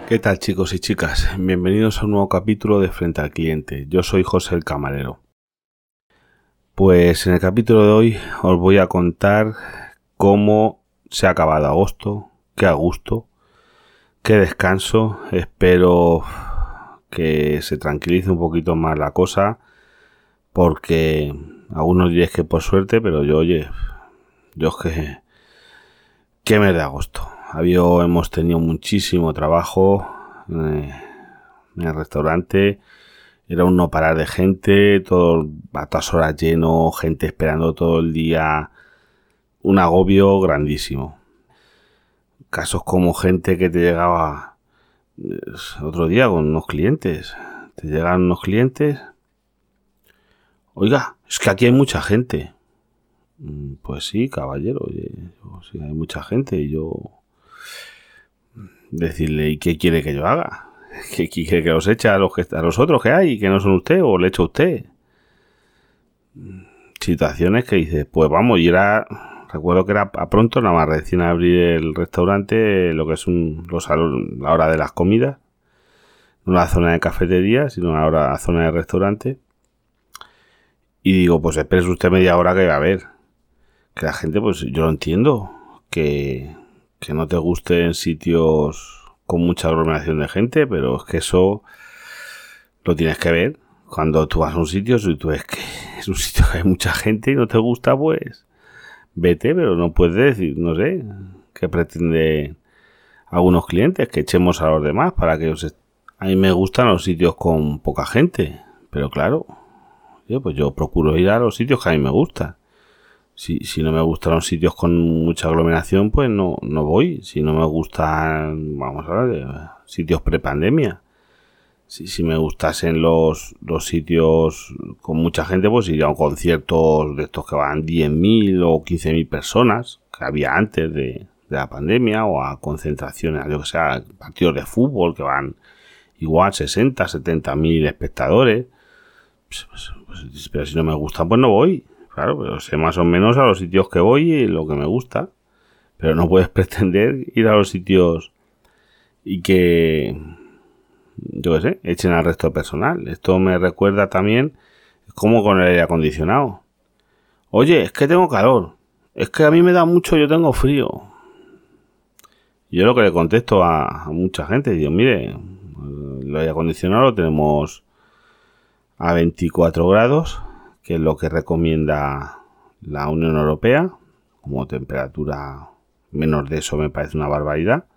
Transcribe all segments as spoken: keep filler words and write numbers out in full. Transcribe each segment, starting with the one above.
¿Qué tal, chicos y chicas? Bienvenidos a un nuevo capítulo de Frente al Cliente. Yo soy José el Camarero. Pues en el capítulo de hoy os voy a contar cómo se ha acabado agosto, qué a gusto, qué descanso. Espero que se tranquilice un poquito más la cosa, porque algunos diréis que por suerte, pero yo, oye, yo es que... ¿Qué mes de agosto? Había, hemos tenido muchísimo trabajo eh, en el restaurante. Era un no parar de gente, todo a todas horas lleno, gente esperando todo el día. Un agobio grandísimo. Casos como gente que te llegaba eh, otro día con unos clientes. Te llegan unos clientes. Oiga, es que aquí hay mucha gente. Pues sí, caballero, oye, sí, hay mucha gente y yo... Decirle, ¿y qué quiere que yo haga? ¿Qué quiere que los eche a los, que, a los otros que hay, que no son usted, o le echo a usted? Situaciones que dices, pues vamos, y era... Recuerdo que era a pronto, nada más recién abrir el restaurante, lo que es un, los, la hora de las comidas. No la zona de cafetería, sino la, hora, la zona de restaurante. Y digo, pues espérese usted media hora que va a haber. Que la gente, pues yo lo entiendo, que, que no te guste en sitios con mucha aglomeración de gente, pero es que eso lo tienes que ver. Cuando tú vas a un sitio, si tú ves que es un sitio que hay mucha gente y no te gusta, pues vete, pero no puedes decir, no sé, que pretende algunos clientes que echemos a los demás para que os... Est- a mí me gustan los sitios con poca gente, pero claro, yo, pues yo procuro ir a los sitios que a mí me gustan. Si, si no me gustan los sitios con mucha aglomeración, pues no, no voy. Si no me gustan, vamos a hablar de sitios prepandemia. Si, si me gustasen los, los sitios con mucha gente, pues iría a un concierto de estos que van diez mil o quince mil personas, que había antes de, de la pandemia, o a concentraciones, yo que sea, partidos de fútbol que van igual sesenta, setenta mil espectadores. Pues, pues, pues, pero si no me gustan, pues no voy. Claro, pero sé más o menos a los sitios que voy y lo que me gusta. Pero no puedes pretender ir a los sitios y que, yo qué sé, echen al resto de personal. Esto me recuerda también como con el aire acondicionado. Oye, es que tengo calor. Es que a mí me da mucho, yo tengo frío. Yo lo que le contesto a, a mucha gente, digo, mire, el aire acondicionado lo tenemos a veinticuatro grados, que es lo que recomienda la Unión Europea. Como temperatura menos de eso me parece una barbaridad.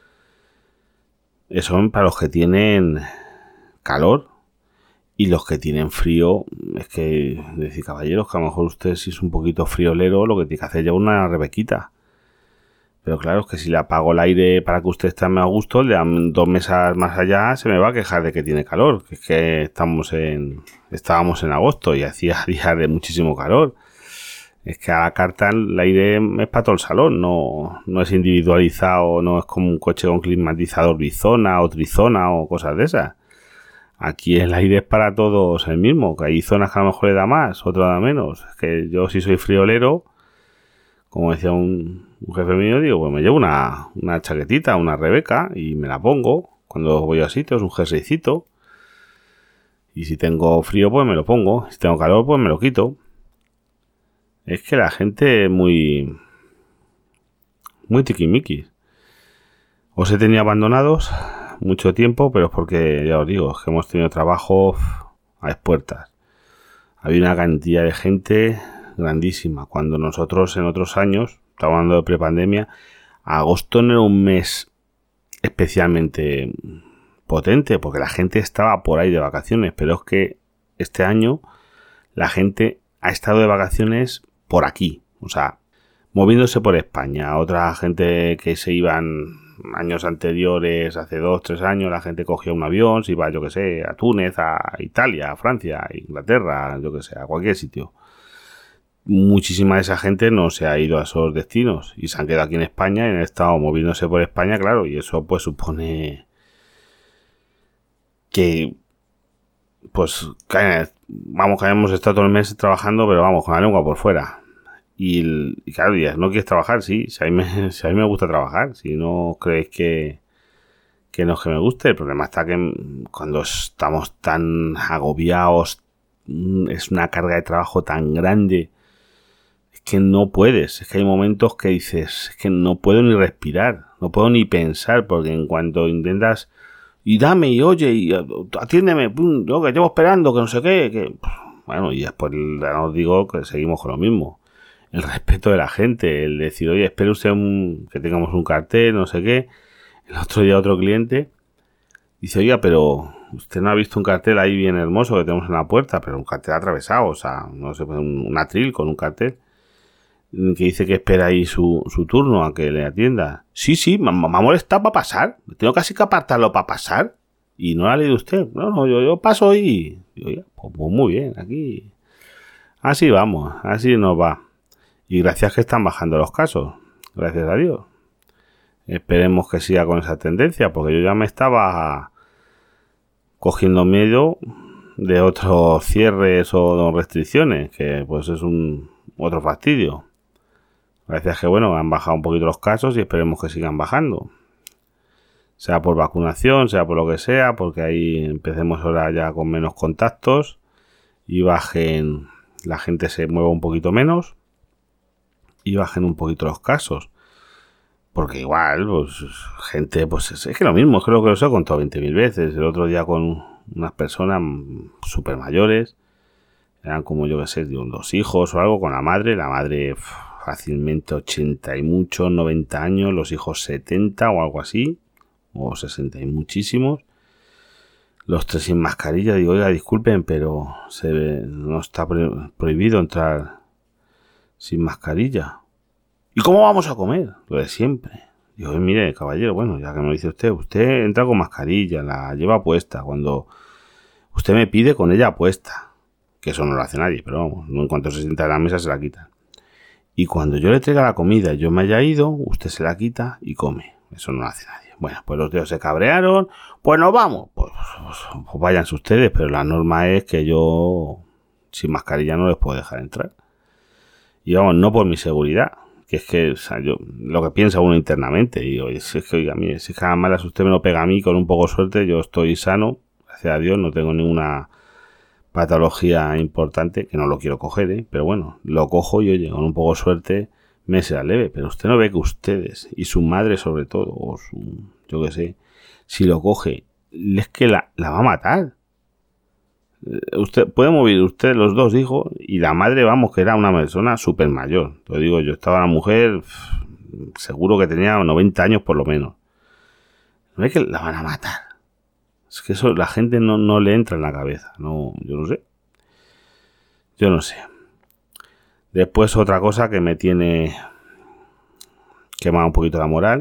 Eso es para los que tienen calor, y los que tienen frío, es que decir, caballeros, que a lo mejor usted, si es un poquito friolero, lo que tiene que hacer es llevar una rebequita. Pero claro, es que si le apago el aire para que usted esté más a gusto, le dan dos mesas más allá, se me va a quejar de que tiene calor. Que es que estamos en, estábamos en agosto y hacía días de muchísimo calor. Es que a la carta el aire es para todo el salón, no, no es individualizado, no es como un coche con climatizador bizona o trizona o cosas de esas. Aquí el aire es para todos el mismo, que hay zonas que a lo mejor le da más, otras da menos. Es que yo, si soy friolero, como decía un, un jefe mío, digo, pues me llevo una, una chaquetita, una Rebeca, y me la pongo cuando voy a sitios, un jerseycito. Y si tengo frío, pues me lo pongo. Si tengo calor, pues me lo quito. Es que la gente es muy... muy tiquimiquis. Os he tenido abandonados mucho tiempo, pero es porque, ya os digo, es que hemos tenido trabajo a expuertas. Había una cantidad de gente grandísima. Cuando nosotros en otros años, estamos hablando de prepandemia, agosto no era un mes especialmente potente, porque la gente estaba por ahí de vacaciones, pero es que este año la gente ha estado de vacaciones por aquí, o sea, moviéndose por España. Otra gente que se iban años anteriores, hace dos, tres años, la gente cogía un avión, se iba, yo que sé, a Túnez, a Italia, a Francia, a Inglaterra, yo que sé, a cualquier sitio. Muchísima de esa gente no se ha ido a esos destinos y se han quedado aquí en España y han estado moviéndose por España, claro, y eso pues supone que pues que, vamos, que hemos estado todo el mes trabajando, pero vamos, con la lengua por fuera. Y, el, y claro, ya, ¿no quieres trabajar? Sí, si a, mí me, si a mí me gusta trabajar. Si no creéis que, que no es que me guste, el problema está que cuando estamos tan agobiados, es una carga de trabajo tan grande, es que no puedes, es que hay momentos que dices, es que no puedo ni respirar, no puedo ni pensar, porque en cuanto intentas, y dame, y oye, y atiéndeme, pum, yo que llevo esperando, que no sé qué, que bueno, y después ya os digo que seguimos con lo mismo. El respeto de la gente, el decir, oye, espere usted un, que tengamos un cartel, no sé qué. El otro día otro cliente dice, oiga, pero usted no ha visto un cartel ahí bien hermoso que tenemos en la puerta, pero un cartel atravesado, o sea, no sé, un, un atril con un cartel que dice que espera ahí su, su turno a que le atienda. Sí, sí, me, me ha molestado para pasar, tengo casi que apartarlo para pasar. Y no la ha leído usted. No, no, yo, yo paso y... Oiga, pues, pues muy bien, aquí... Así vamos, así nos va. Y gracias que están bajando los casos. Gracias a Dios. Esperemos que siga con esa tendencia, porque yo ya me estaba cogiendo miedo de otros cierres o restricciones, que pues es un otro fastidio. Gracias que, bueno, han bajado un poquito los casos y esperemos que sigan bajando. Sea por vacunación, sea por lo que sea, porque ahí empecemos ahora ya con menos contactos y bajen, la gente se mueva un poquito menos y bajen un poquito los casos. Porque igual, pues, gente, pues es, es que lo mismo, creo que os he contado veinte mil veces. El otro día con unas personas súper mayores, eran como yo que sé, dos hijos o algo, con la madre, la madre pff, fácilmente ochenta y muchos, noventa años, los hijos setenta o algo así. O sesenta y muchísimos, los tres sin mascarilla. Digo, oiga, disculpen, pero se ve, no está pro- prohibido entrar sin mascarilla. ¿Y cómo vamos a comer? Lo de siempre. Digo, mire, caballero, bueno, ya que me lo dice usted, usted entra con mascarilla, la lleva puesta, cuando usted me pide con ella puesta, que eso no lo hace nadie, pero vamos, en cuanto se sienta en la mesa se la quita. Y cuando yo le traiga la comida y yo me haya ido, usted se la quita y come. Eso no lo hace nadie. Bueno, pues los tíos se cabrearon. Pues nos vamos. Pues, pues, pues váyanse ustedes, pero la norma es que yo sin mascarilla no les puedo dejar entrar. Y vamos, no por mi seguridad, que es que, o sea, yo, lo que piensa uno internamente, y digo, es que, oiga, mire, si cada malas usted me lo pega a mí con un poco de suerte, yo estoy sano, gracias a Dios, no tengo ninguna patología importante, que no lo quiero coger, ¿eh? Pero bueno, lo cojo y oye, con un poco de suerte me será leve, pero usted no ve que ustedes, y su madre sobre todo, o su, yo qué sé, si lo coge, es que la, la va a matar. Usted puede morir, usted los dos hijos, y la madre, vamos, que era una persona súper mayor. Te digo, yo estaba la mujer, seguro que tenía noventa años por lo menos. No es que la van a matar. Es que eso la gente no, no le entra en la cabeza. No, yo no sé. Yo no sé. Después otra cosa que me tiene quemado un poquito la moral.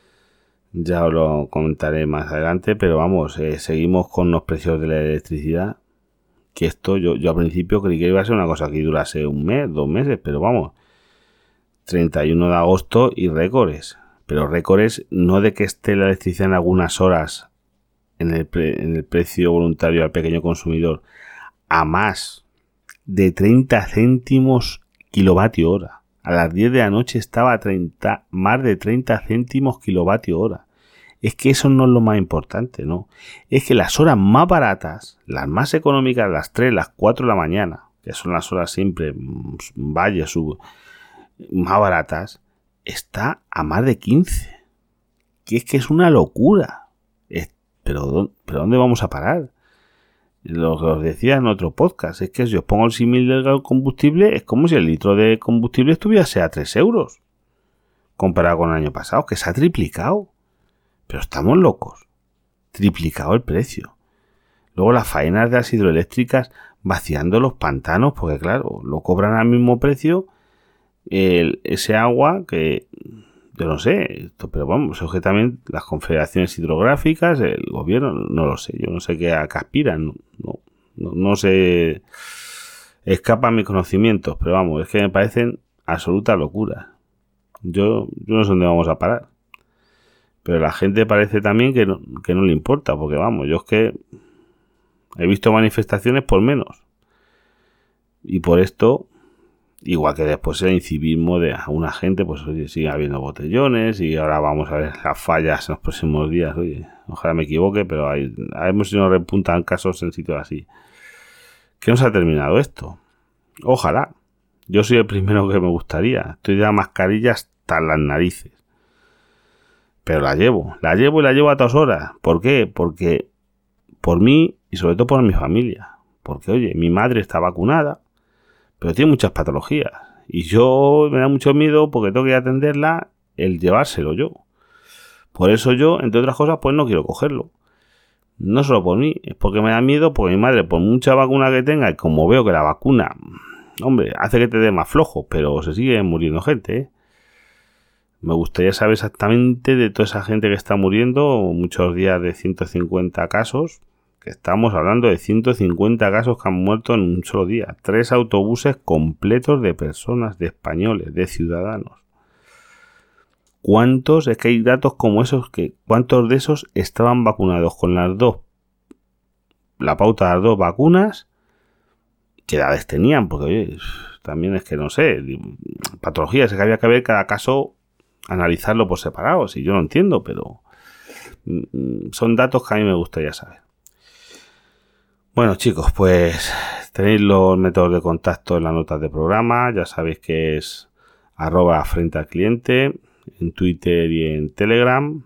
Ya os lo comentaré más adelante, pero vamos, eh, seguimos con los precios de la electricidad. Que esto yo, yo al principio creí que iba a ser una cosa que durase un mes, dos meses, pero vamos, treinta y uno de agosto y récords. Pero récords no de que esté la electricidad en algunas horas en el, pre, en el precio voluntario al pequeño consumidor a más de treinta céntimos kilovatio hora. A las diez de la noche estaba a treinta, más de treinta céntimos kilovatio hora. Es que eso no es lo más importante, ¿no? Es que las horas más baratas, las más económicas, las tres, las cuatro de la mañana, que son las horas siempre, vaya, sub, más baratas, está a más de quince. Que es que es una locura. Es, pero, pero ¿dónde vamos a parar? Lo que os decía en otro podcast, es que si os pongo el símil del combustible, es como si el litro de combustible estuviese a tres euros. Comparado con el año pasado, que se ha triplicado. Pero estamos locos. Triplicado el precio. Luego las faenas de las hidroeléctricas vaciando los pantanos, porque claro, lo cobran al mismo precio el, ese agua que, yo no sé, esto, pero vamos, es que también las confederaciones hidrográficas, el gobierno, no lo sé, yo no sé qué, a qué aspiran, no, no, no, no sé, escapan mis conocimientos, pero vamos, es que me parecen absoluta locura. Yo, yo no sé dónde vamos a parar. Pero la gente parece también que no, que no le importa, porque vamos, yo es que he visto manifestaciones por menos. Y por esto Igual que después el incivismo de una gente, pues oye, sigue habiendo botellones y ahora vamos a ver las fallas en los próximos días. Oye, ojalá me equivoque, pero hay, hemos si no repuntan casos en sitios así. ¿Qué nos ha terminado esto? Ojalá. Yo soy el primero que me gustaría. Estoy de la mascarilla hasta las narices. Pero la llevo, la llevo y la llevo a todas horas. ¿Por qué? Porque por mí y sobre todo por mi familia. Porque, oye, mi madre está vacunada, pero tiene muchas patologías. Y yo me da mucho miedo porque tengo que atenderla el llevárselo yo. Por eso yo, entre otras cosas, pues no quiero cogerlo. No solo por mí, es porque me da miedo, porque mi madre, por mucha vacuna que tenga, y como veo que la vacuna, hombre, hace que te dé más flojo, pero se sigue muriendo gente, ¿eh? Me gustaría saber exactamente de toda esa gente que está muriendo, muchos días de ciento cincuenta casos, que estamos hablando de ciento cincuenta casos que han muerto en un solo día. Tres autobuses completos de personas, de españoles, de ciudadanos. ¿Cuántos? Es que hay datos como esos, que ¿cuántos de esos estaban vacunados con las dos, la pauta de las dos vacunas? ¿Qué edades tenían? Porque, oye, también es que no sé, patologías, es que había que ver cada caso, analizarlo por separado, si yo no entiendo, pero son datos que a mí me gustaría saber. Bueno, chicos, pues tenéis los métodos de contacto en las notas de programa. Ya sabéis que es arroba frente al cliente en Twitter y en Telegram.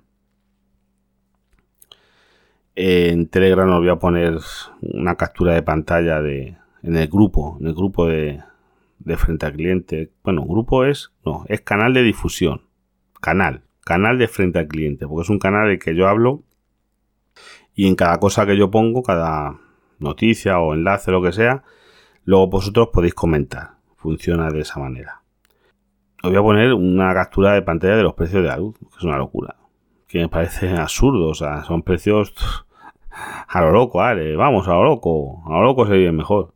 En Telegram os voy a poner una captura de pantalla de en el grupo, en el grupo de, de frente al cliente. Bueno, grupo es, no, es canal de difusión. Canal, canal de frente al cliente, porque es un canal en el que yo hablo y en cada cosa que yo pongo, cada noticia o enlace, lo que sea, luego vosotros podéis comentar. Funciona de esa manera. Os voy a poner una captura de pantalla de los precios de la luz, que es una locura, que me parece absurdo. O sea, son precios a lo loco, ¿vale? Vamos, a lo loco, a lo loco se vive mejor.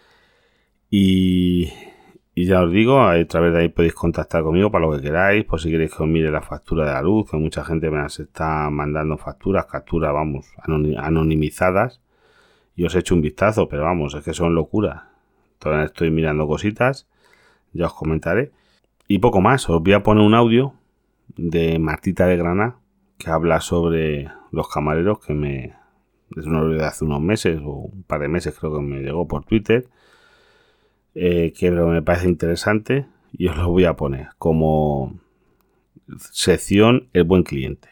Y, y ya os digo, a través de ahí podéis contactar conmigo para lo que queráis, por si queréis que os mire la factura de la luz, que mucha gente me las está mandando facturas, capturas, vamos, anonimizadas. Y os he hecho un vistazo, pero vamos, es que son locuras. Todavía estoy mirando cositas, ya os comentaré. Y poco más, os voy a poner un audio de Martita de Granada, que habla sobre los camareros, que me es un audio de hace unos meses, o un par de meses creo que me llegó por Twitter, eh, que me parece interesante, y os lo voy a poner como sección El Buen Cliente.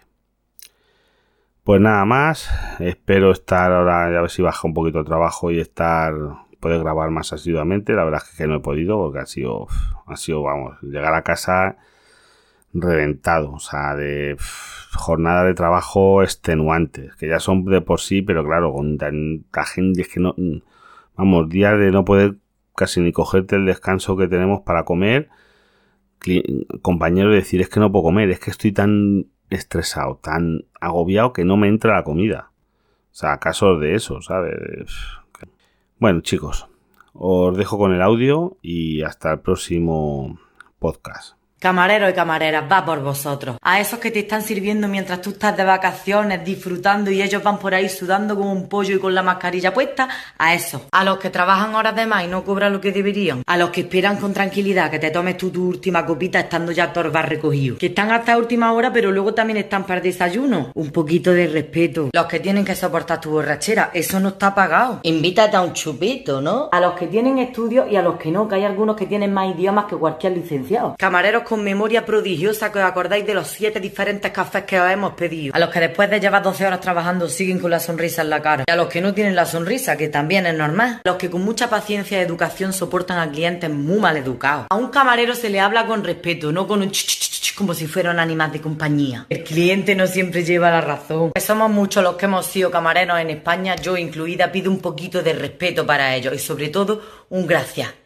Pues nada más, espero estar ahora, a ver si baja un poquito el trabajo y estar, poder grabar más asiduamente. La verdad es que no he podido porque ha sido, ha sido, vamos, llegar a casa reventado, o sea, de jornada de trabajo extenuantes, que ya son de por sí, pero claro, con tanta gente, es que no, vamos, días de no poder casi ni cogerte el descanso que tenemos para comer, compañeros decir, es que no puedo comer, es que estoy tan estresado, tan agobiado que no me entra la comida. O sea, casos de eso, ¿sabes? Bueno, chicos, os dejo con el audio y hasta el próximo podcast. Camareros y camareras, va por vosotros. A esos que te están sirviendo mientras tú estás de vacaciones, disfrutando, y ellos van por ahí sudando como un pollo y con la mascarilla puesta, a esos. A los que trabajan horas de más y no cobran lo que deberían. A los que esperan con tranquilidad que te tomes tú tu última copita estando ya todo el bar recogido. Que están hasta última hora, pero luego también están para el desayuno. Un poquito de respeto. Los que tienen que soportar tu borrachera, eso no está pagado. Invítate a un chupito, ¿no? A los que tienen estudios y a los que no, que hay algunos que tienen más idiomas que cualquier licenciado. Camareros con memoria prodigiosa, que os acordáis de los siete diferentes cafés que os hemos pedido. A los que después de llevar doce horas trabajando siguen con la sonrisa en la cara. Y a los que no tienen la sonrisa, que también es normal. A los que con mucha paciencia y educación soportan a clientes muy mal educados. A un camarero se le habla con respeto, no con un ch, ch, ch, ch como si fueran animales de compañía. El cliente no siempre lleva la razón. Somos muchos los que hemos sido camareros en España, yo incluida. Pido un poquito de respeto para ellos y sobre todo un gracias.